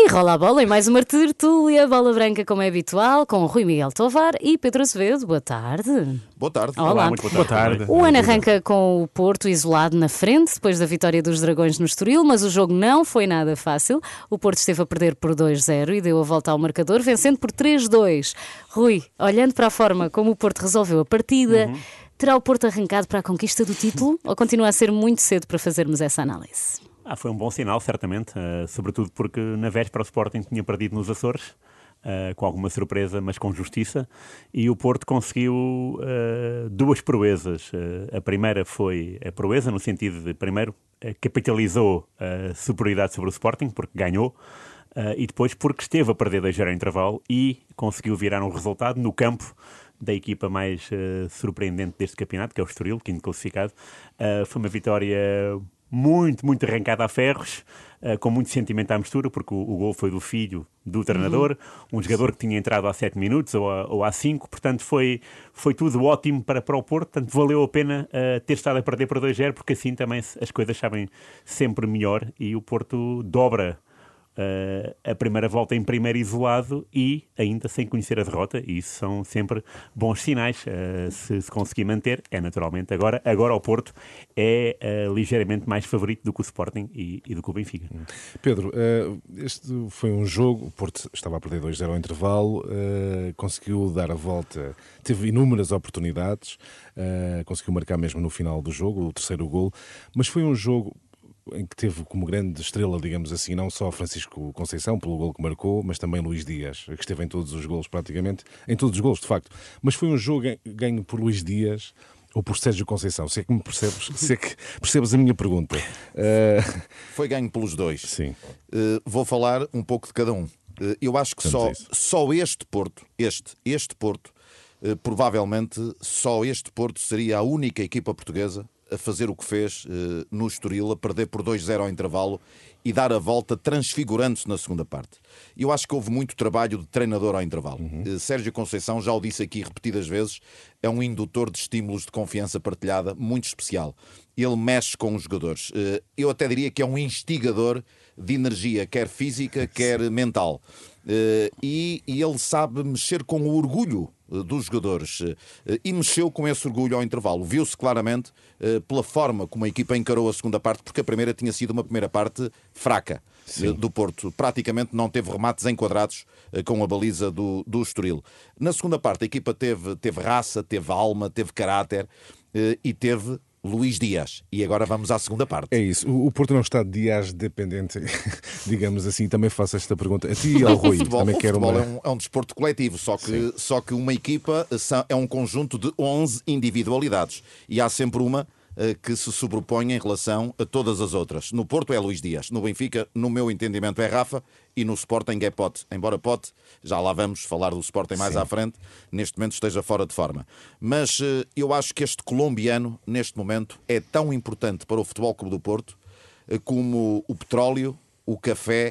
E rola a bola em mais uma tertúlia, bola branca como é habitual, com Rui Miguel Tovar e Pedro Acevedo. Boa tarde. Boa tarde. Olá. Muito boa tarde. O ano arranca com o Porto isolado na frente, depois da vitória dos Dragões no Estoril, mas o jogo não foi nada fácil. O Porto esteve a perder por 2-0 e deu a volta ao marcador, vencendo por 3-2. Rui, olhando para a forma como o Porto resolveu a partida, terá o Porto arrancado para a conquista do título ou continua a ser muito cedo para fazermos essa análise? Foi um bom sinal, certamente, sobretudo porque na véspera o Sporting tinha perdido nos Açores, com alguma surpresa, mas com justiça, e o Porto conseguiu duas proezas. A primeira foi a proeza, no sentido de, primeiro, capitalizou a superioridade sobre o Sporting, porque ganhou, e depois porque esteve a perder 2-0 ao intervalo e conseguiu virar um resultado no campo da equipa mais surpreendente deste campeonato, que é o Estoril, quinto classificado. Foi uma vitória muito arrancada a ferros, com muito sentimento à mistura, porque o gol foi do filho do treinador, um jogador que tinha entrado há 7 minutos ou há 5, portanto foi tudo ótimo para o Porto, portanto valeu a pena ter estado a perder por 2-0, porque assim também as coisas sabem sempre melhor e o Porto dobra a primeira volta em primeiro isolado e ainda sem conhecer a derrota, e isso são sempre bons sinais. Se conseguir manter, é naturalmente agora o Porto é ligeiramente mais favorito do que o Sporting e do que o Benfica. Pedro, este foi um jogo, o Porto estava a perder 2-0 ao intervalo, conseguiu dar a volta, teve inúmeras oportunidades, conseguiu marcar mesmo no final do jogo, o terceiro golo, mas foi um jogo em que teve como grande estrela, digamos assim, não só Francisco Conceição, pelo golo que marcou, mas também Luís Dias, que esteve em todos os golos praticamente, em todos os golos, de facto. Mas foi um jogo ganho por Luís Dias ou por Sérgio Conceição? Se é que me percebes, se é que percebes a minha pergunta. Foi ganho pelos dois. Sim. Vou falar um pouco de cada um. Eu acho que só este Porto, este Porto, provavelmente só este Porto seria a única equipa portuguesa a fazer o que fez no Estoril, a perder por 2-0 ao intervalo e dar a volta transfigurando-se na segunda parte. Eu acho que houve muito trabalho de treinador ao intervalo. Sérgio Conceição, já o disse aqui repetidas vezes, é um indutor de estímulos de confiança partilhada muito especial. Ele mexe com os jogadores. Eu até diria que é um instigador de energia, quer física, quer mental. E ele sabe mexer com o orgulho dos jogadores e mexeu com esse orgulho ao intervalo. Viu-se claramente pela forma como a equipa encarou a segunda parte, porque a primeira tinha sido uma primeira parte fraca do Porto. Praticamente não teve remates enquadrados com a baliza do Estoril. Na segunda parte a equipa teve raça, teve alma, teve caráter e teve Luís Dias. E agora vamos à segunda parte. É isso. O Porto não está Dias dependente, digamos assim. Também faço esta pergunta a ti e ao Rui. O futebol é um desporto coletivo, só que uma equipa é um conjunto de 11 individualidades. E há sempre uma que se sobrepõe em relação a todas as outras. No Porto é Luís Dias, no Benfica, no meu entendimento, é Rafa, e no Sporting é Pote. Embora Pote, já lá vamos falar do Sporting mais à frente, neste momento esteja fora de forma. Mas eu acho que este colombiano, neste momento, é tão importante para o Futebol Clube do Porto como o petróleo, o café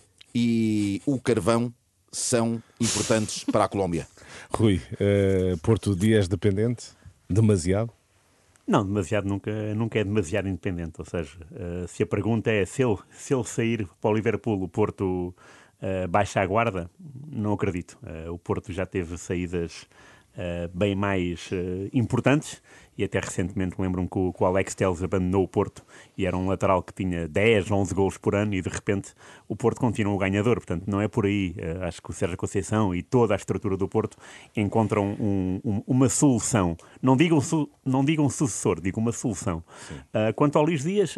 e o carvão são importantes para a Colômbia. Rui, Porto Dias dependente? Demasiado? Não, demasiado nunca é demasiado independente, ou seja, se a pergunta é se ele sair para o Liverpool, o Porto baixa a guarda, não acredito. O Porto já teve saídas bem mais importantes e até recentemente lembro-me que o Alex Telles abandonou o Porto e era um lateral que tinha 10, 11 golos por ano e de repente o Porto continua o ganhador, portanto não é por aí. Acho que o Sérgio Conceição e toda a estrutura do Porto encontram uma solução. Não digo um sucessor, digo uma solução. Quanto ao Luís Dias,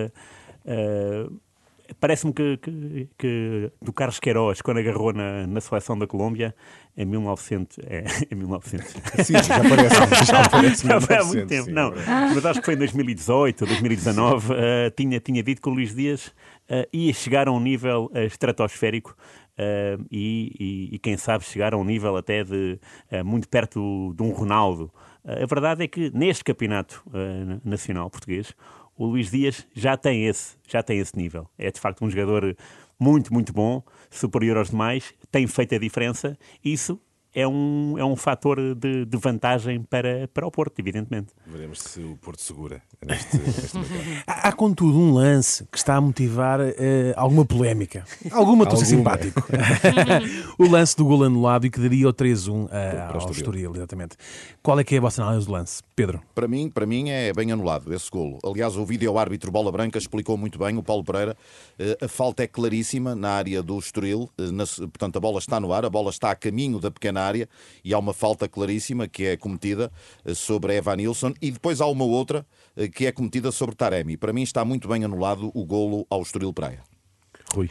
parece-me que do Carlos Queiroz, quando agarrou na seleção da Colômbia, em 1900... em 1900. Sim, já parece Já foi há muito tempo, sim, não. Mas acho que foi em 2018 ou 2019, tinha dito que o Luís Dias ia chegar a um nível estratosférico e quem sabe chegar a um nível até de muito perto de um Ronaldo. A verdade é que neste campeonato nacional português, o Luís Dias já tem esse nível. É de facto um jogador muito bom, superior aos demais, tem feito a diferença. Isso é um fator de vantagem para o Porto, evidentemente. Veremos se o Porto segura neste mercado. Há, contudo, um lance que está a motivar alguma polémica. Alguma, estou a ser simpático. O lance do gol anulado e que daria o 3-1 ao Estoril, exatamente. Qual é que é a vossa análise do lance, Pedro? Para mim é bem anulado esse golo. Aliás, o vídeo-árbitro Bola Branca explicou muito bem, o Paulo Pereira. A falta é claríssima na área do Estoril. Portanto, a bola está no ar, a bola está a caminho da pequena área e há uma falta claríssima que é cometida sobre Evanilson e depois há uma outra que é cometida sobre Taremi. Para mim está muito bem anulado o golo ao Estoril Praia. Rui.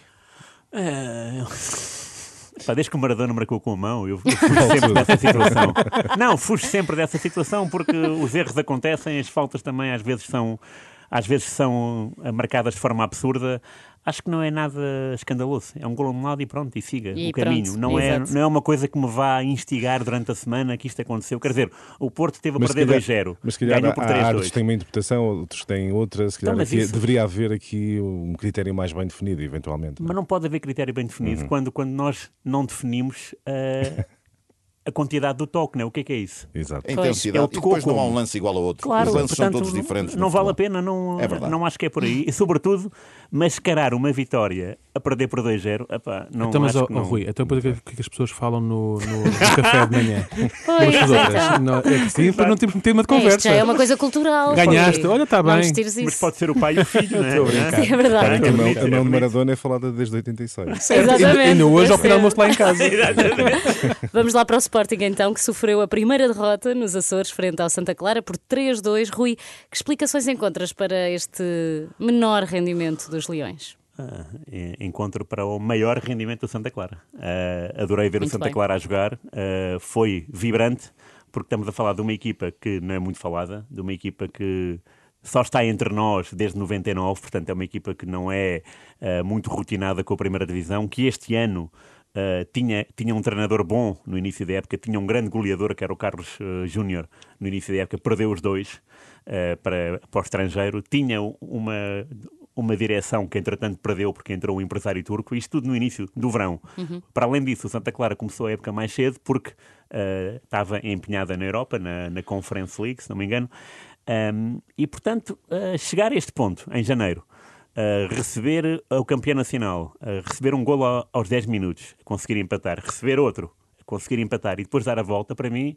Desde que o Maradona marcou com a mão, eu fujo sempre dessa situação. Não, fujo sempre dessa situação porque os erros acontecem, as faltas também às vezes são marcadas de forma absurda. Acho que não é nada escandaloso. É um golo anulado e pronto, e siga o caminho. Não é uma coisa que me vá instigar durante a semana que isto aconteceu. Quer dizer, o Porto teve a perder 2-0. Mas se calhar ganhou por 3-2. Há árbitros que têm uma interpretação, outros têm outra. Se calhar deveria haver aqui um critério mais bem definido, eventualmente. Mas não pode haver critério bem definido quando nós não definimos a quantidade do toque, não é? O que é isso? Exato. A intensidade. E depois não há um lance igual ao outro. Claro, os lances portanto, são todos diferentes. Não vale a pena, não acho que é por aí. E, sobretudo, mascarar uma vitória a perder por 2-0, não então, mas, acho que não... Rui, então depois o que as pessoas falam no café de manhã? Pois, É que sim, para não ter tema de conversa. Isto já é uma coisa cultural. Ganhaste, olha, está bem. Mas pode ser o pai e o filho, não é? Sim, é verdade. A mão de Maradona é falada desde 86. Exatamente. Ainda hoje ao final do almoço lá em casa. Vamos lá para o Sporting então, que sofreu a primeira derrota nos Açores frente ao Santa Clara por 3-2. Rui, que explicações encontras para este menor rendimento dos Leões? Encontro para o maior rendimento do Santa Clara. Adorei ver Muito o Santa bem. Clara a jogar. Foi vibrante, porque estamos a falar de uma equipa que não é muito falada, de uma equipa que só está entre nós desde 99, portanto é uma equipa que não é muito rotinada com a primeira divisão, que este ano tinha um treinador bom no início da época, tinha um grande goleador que era o Carlos Júnior no início da época, perdeu os dois para o estrangeiro, tinha uma direção que entretanto perdeu porque entrou um empresário turco, isto tudo no início do verão. Para além disso, o Santa Clara começou a época mais cedo porque estava empenhada na Europa, na Conference League, se não me engano, e portanto chegar a este ponto em janeiro, receber o campeão nacional, receber um golo aos 10 minutos, conseguir empatar, receber outro, conseguir empatar e depois dar a volta, para mim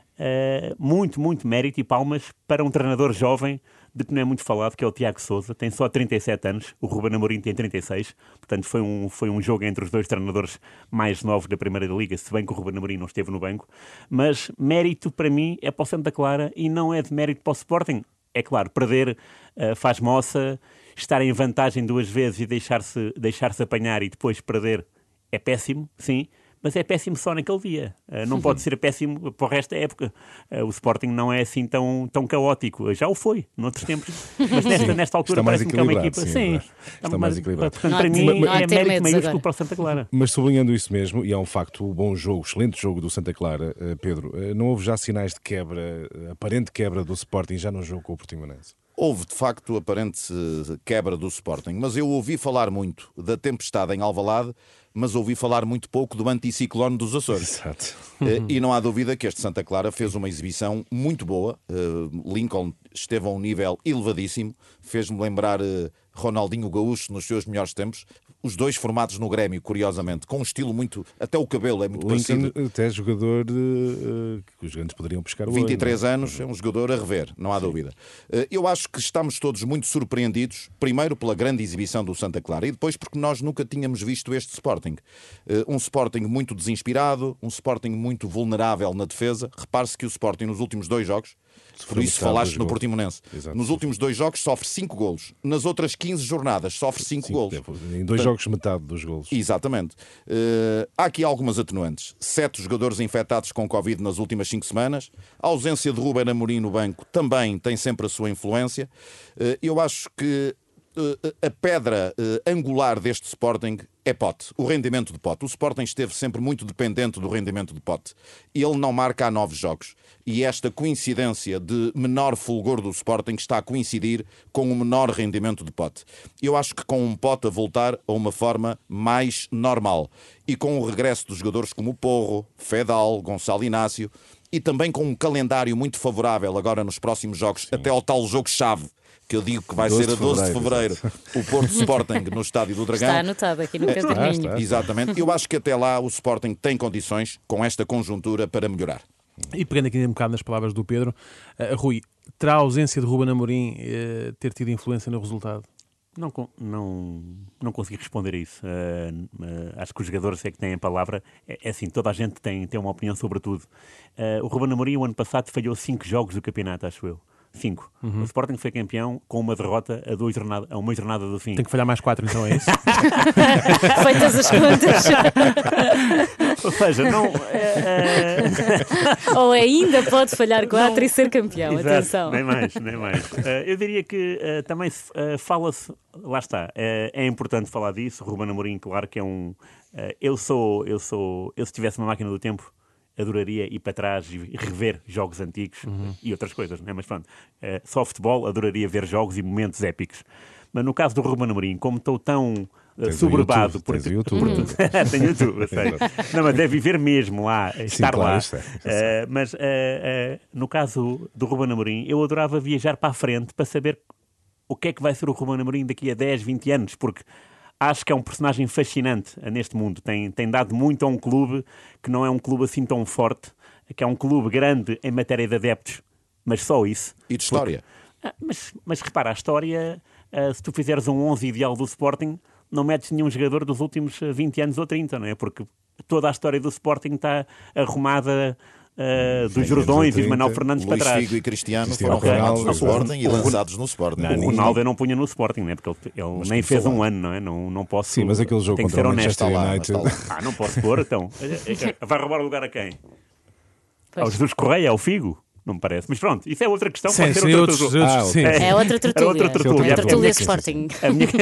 muito, muito mérito e palmas para um treinador jovem de que não é muito falado, que é o Tiago Sousa, tem só 37 anos, o Ruben Amorim tem 36, portanto foi um jogo entre os dois treinadores mais novos da Primeira Liga, se bem que o Ruben Amorim não esteve no banco, mas mérito para mim é para o Santa Clara e não é de mérito para o Sporting. É claro, perder faz moça, estar em vantagem duas vezes e deixar-se apanhar e depois perder é péssimo, sim, mas é péssimo só naquele dia. Não pode ser péssimo para o resto da época. O Sporting não é assim tão caótico. Já o foi, noutros tempos. Mas nesta altura parece-me que é uma equipa... Sim, está mais equilibrado. Portanto, para mim é mérito maiúsculo para o Santa Clara. Mas sublinhando isso mesmo, e é um facto, o bom jogo, excelente jogo do Santa Clara, Pedro, não houve já sinais de quebra, aparente quebra do Sporting já no jogo com o Portimonense? Houve, de facto, aparente quebra do Sporting, mas eu ouvi falar muito da tempestade em Alvalade, mas ouvi falar muito pouco do anticiclone dos Açores. Exato. E não há dúvida que este Santa Clara fez uma exibição muito boa. Lincoln esteve a um nível elevadíssimo, fez-me lembrar Ronaldinho Gaúcho nos seus melhores tempos. Os dois formados no Grêmio, curiosamente, com um estilo muito... Até o cabelo é muito Lincoln, parecido. até jogador que os grandes poderiam pescar o olho. 23 anos, é um jogador a rever, não há dúvida. Eu acho que estamos todos muito surpreendidos, primeiro pela grande exibição do Santa Clara e depois porque nós nunca tínhamos visto este Sporting. Um Sporting muito desinspirado, um Sporting muito vulnerável na defesa. Repare-se que o Sporting nos últimos dois jogos, por isso falaste no Portimonense, nos últimos dois jogos sofre 5 golos, nas outras 15 jornadas sofre 5 golos. Em dois jogos metade dos golos. Exatamente. Há aqui algumas atenuantes. 7 jogadores infectados com Covid nas últimas 5 semanas. A ausência de Ruben Amorim no banco também tem sempre a sua influência. Eu acho que a pedra angular deste Sporting é Pote, o rendimento de Pote. O Sporting esteve sempre muito dependente do rendimento de Pote. Ele não marca há 9 jogos. E esta coincidência de menor fulgor do Sporting está a coincidir com o menor rendimento de Pote. Eu acho que com um Pote a voltar a uma forma mais normal e com o regresso de jogadores como Porro, Fedal, Gonçalo Inácio e também com um calendário muito favorável agora nos próximos jogos, até ao tal jogo-chave, que eu digo que vai ser a 12 de fevereiro, o Porto Sporting no Estádio do Dragão. Está anotado aqui no caderninho. Exatamente. Eu acho que até lá o Sporting tem condições, com esta conjuntura, para melhorar. E pegando aqui um bocado nas palavras do Pedro, Rui, terá a ausência de Ruben Amorim ter tido influência no resultado? Não consegui responder a isso. Acho que os jogadores é que têm a palavra. É assim, toda a gente tem uma opinião sobre tudo. O Ruben Amorim, o ano passado, falhou 5 jogos do campeonato, acho eu. 5. O Sporting foi campeão com uma derrota a uma jornada do fim. Tem que falhar mais 4, então é isso? Feitas as contas. Ou seja, não... Ou ainda pode falhar 4 e ser campeão. Exato, atenção. Nem mais. Eu diria que também fala-se... Lá está. É importante falar disso. Ruben Amorim, claro que é um... Eu se tivesse uma máquina do tempo, adoraria ir para trás e rever jogos antigos e outras coisas, não é? Mas pronto, só futebol, adoraria ver jogos e momentos épicos. Mas no caso do Ruben Amorim, como estou tão soberbado... Tens o YouTube. Tenho YouTube, eu sei. Não, mas deve viver mesmo lá, estar claro, lá. Mas No caso do Ruben Amorim, eu adorava viajar para a frente para saber o que é que vai ser o Ruben Amorim daqui a 10, 20 anos, porque... Acho que é um personagem fascinante neste mundo. Tem dado muito a um clube que não é um clube assim tão forte, que é um clube grande em matéria de adeptos, mas só isso. E de história. Mas repara, a história, se tu fizeres um 11 ideal do Sporting, não metes nenhum jogador dos últimos 20 anos ou 30, não é? Porque toda a história do Sporting está arrumada... dos Jordões e de Manuel Fernandes para trás. Luís Figo e Cristiano foram formados no Sporting e lançados no Sporting. O Ronaldo eu não punha no Sporting, né? Porque ele nem fez um ano, não é? Não posso... Sim, mas aquele jogo contra o Manchester United... Não posso pôr, então. Vai roubar o lugar a quem? Ao Jesus Correia, ao Figo? Não me parece. Mas pronto, isso é outra questão. Sim, pode ser outra tertúlia. É outra tertúlia. É outra tertúlia Sporting.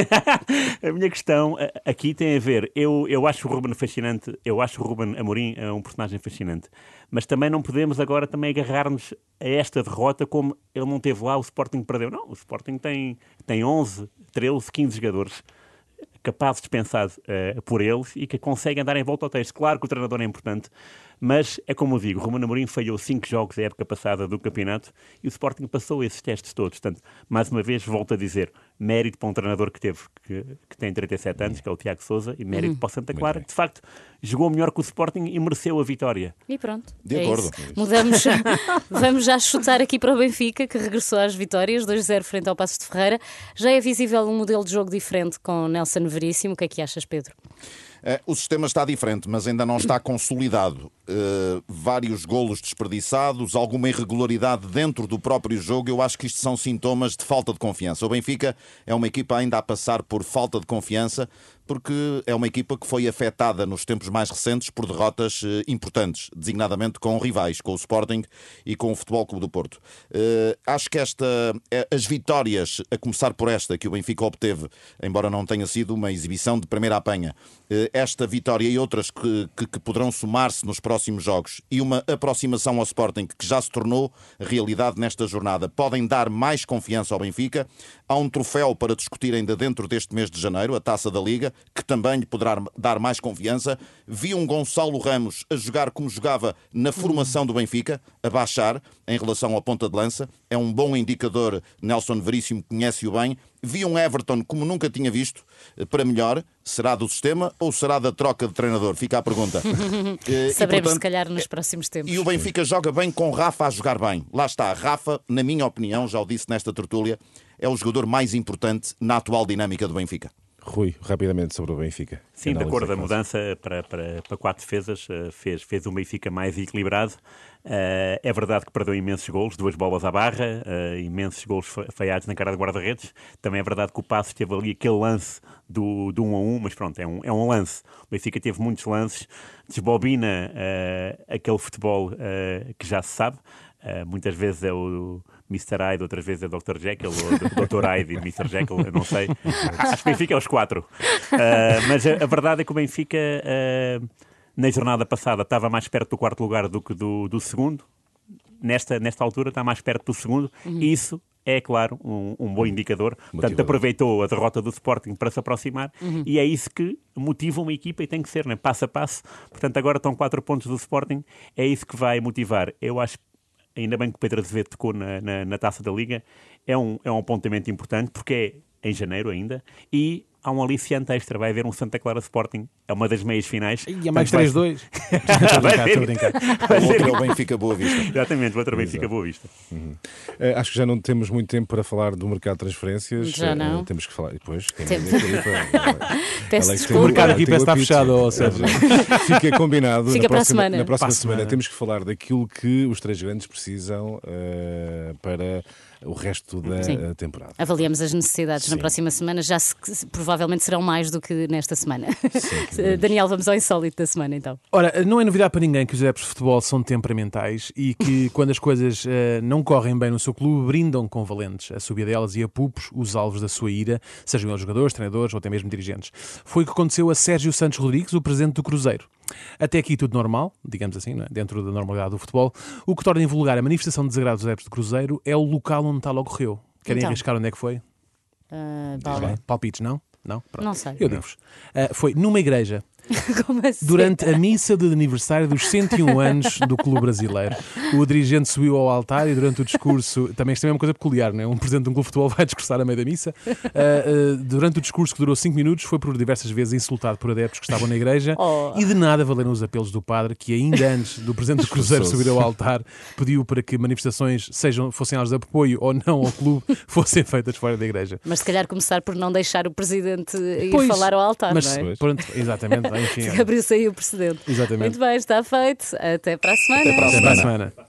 A minha questão aqui tem a ver... Eu acho o Ruben fascinante. Eu acho o Ruben Amorim um personagem fascinante. Mas também não podemos agora também agarrar-nos a esta derrota como ele não teve lá, o Sporting perdeu. Não, o Sporting tem 11, 13, 15 jogadores capazes de pensar por eles e que conseguem dar em volta ao texto. Claro que o treinador é importante, mas é como eu digo, o Ruben Amorim falhou 5 jogos a época passada do campeonato e o Sporting passou esses testes todos. Portanto, mais uma vez, volto a dizer, mérito para um treinador que tem 37 anos, que é o Tiago Sousa, e mérito para o Santa Clara, que de facto jogou melhor que o Sporting e mereceu a vitória. E pronto. De acordo. Mudamos. Vamos já chutar aqui para o Benfica, que regressou às vitórias, 2-0 frente ao Passos de Ferreira. Já é visível um modelo de jogo diferente com Nelson Veríssimo. O que é que achas, Pedro? O sistema está diferente, mas ainda não está consolidado. Vários golos desperdiçados, alguma irregularidade dentro do próprio jogo. Eu acho que isto são sintomas de falta de confiança. O Benfica é uma equipa ainda a passar por falta de confiança, porque é uma equipa que foi afetada nos tempos mais recentes por derrotas importantes, designadamente com rivais, com o Sporting e com o Futebol Clube do Porto. Acho que as vitórias, a começar por esta que o Benfica obteve, embora não tenha sido uma exibição de primeira apanha, esta vitória e outras que poderão somar-se nos próximos jogos e uma aproximação ao Sporting que já se tornou realidade nesta jornada, podem dar mais confiança ao Benfica. Há um troféu para discutir ainda dentro deste mês de janeiro, a Taça da Liga, que também lhe poderá dar mais confiança. Vi um Gonçalo Ramos a jogar como jogava na formação do Benfica, a baixar em relação à ponta de lança. É um bom indicador, Nelson Veríssimo conhece-o bem. Vi um Everton como nunca tinha visto, para melhor. Será do sistema ou será da troca de treinador? Fica a pergunta. Saberemos, se calhar, nos próximos tempos. E o Benfica joga bem com Rafa a jogar bem. Lá está, Rafa, na minha opinião, já o disse nesta tertúlia, é o jogador mais importante na atual dinâmica do Benfica. Rui, rapidamente sobre o Benfica. Sim, de acordo, a mudança para 4 defesas fez o Benfica mais equilibrado. É verdade que perdeu imensos golos, 2 bolas à barra, imensos golos falhados na cara de guarda-redes. Também é verdade que o Passos teve ali aquele lance do 1-1, mas pronto, é um lance. O Benfica teve muitos lances, desbobina aquele futebol que já se sabe. Muitas vezes é o Mr. Hyde, outras vezes é o Dr. Jekyll, ou o Dr. Hyde e Mr. Jekyll, eu não sei. Acho que o Benfica é os 4. Mas a verdade é que o Benfica, na jornada passada, estava mais perto do 4º lugar do que do segundo. Nesta altura está mais perto do segundo. E isso é, claro, um bom indicador. Portanto, aproveitou a derrota do Sporting para se aproximar e é isso que motiva uma equipa e tem que ser, né? Passo a passo. Portanto, agora estão 4 pontos do Sporting. É isso que vai motivar. Eu acho, ainda bem que o Pedro Azevedo tocou na Taça da Liga, é um apontamento importante porque é em janeiro ainda e há um aliciante extra, vai haver um Santa Clara Sporting, é uma das meias finais. E é mais 3-2. Estou a brincar. O outro é o Benfica Boa Vista. Exatamente, o outro é o Benfica Boa Vista. Acho que já não temos muito tempo para falar do mercado de transferências. Já não. Temos que falar. E depois, Peço O desculpa. mercado aqui parece estar fechado, Sérgio. Fica combinado. Fica para a semana. Na próxima semana temos que falar daquilo que os 3 grandes precisam para o resto da temporada. Avaliamos as necessidades na próxima semana, provavelmente serão mais do que nesta semana. Daniel, vamos ao insólito da semana então. Ora, não é novidade para ninguém que os adeptos de futebol são temperamentais e que quando as coisas não correm bem no seu clube, brindam com valentes, a subir delas e a pupos os alvos da sua ira, sejam eles jogadores, treinadores ou até mesmo dirigentes. Foi o que aconteceu a Sérgio Santos Rodrigues, o presidente do Cruzeiro. Até aqui tudo normal, digamos assim, não é? Dentro da normalidade do futebol. O que torna invulgar a manifestação de desagrado dos adeptos do Cruzeiro é o local onde tal ocorreu. Querem arriscar onde é que foi? Palpites, não? Não? Pronto. Não sei. Eu digo-vos. Foi numa igreja. Como assim? Durante a missa de aniversário dos 101 anos do clube brasileiro. O dirigente subiu ao altar e durante o discurso, também isto é uma coisa peculiar, não é? Um presidente de um clube de futebol vai discursar a meio da missa. Durante o discurso que durou 5 minutos, foi por diversas vezes insultado por adeptos que estavam na igreja e de nada valeram os apelos do padre, que ainda antes do presidente do Cruzeiro subir ao altar, pediu para que manifestações fossem elas de apoio ou não ao clube, fossem feitas fora da igreja. Mas se calhar começar por não deixar o presidente ir falar ao altar, mas, não é? Pronto, exatamente. Enfim, Abriu-se aí o precedente. Exatamente. Muito bem, está feito. Até para a semana. Até para a semana.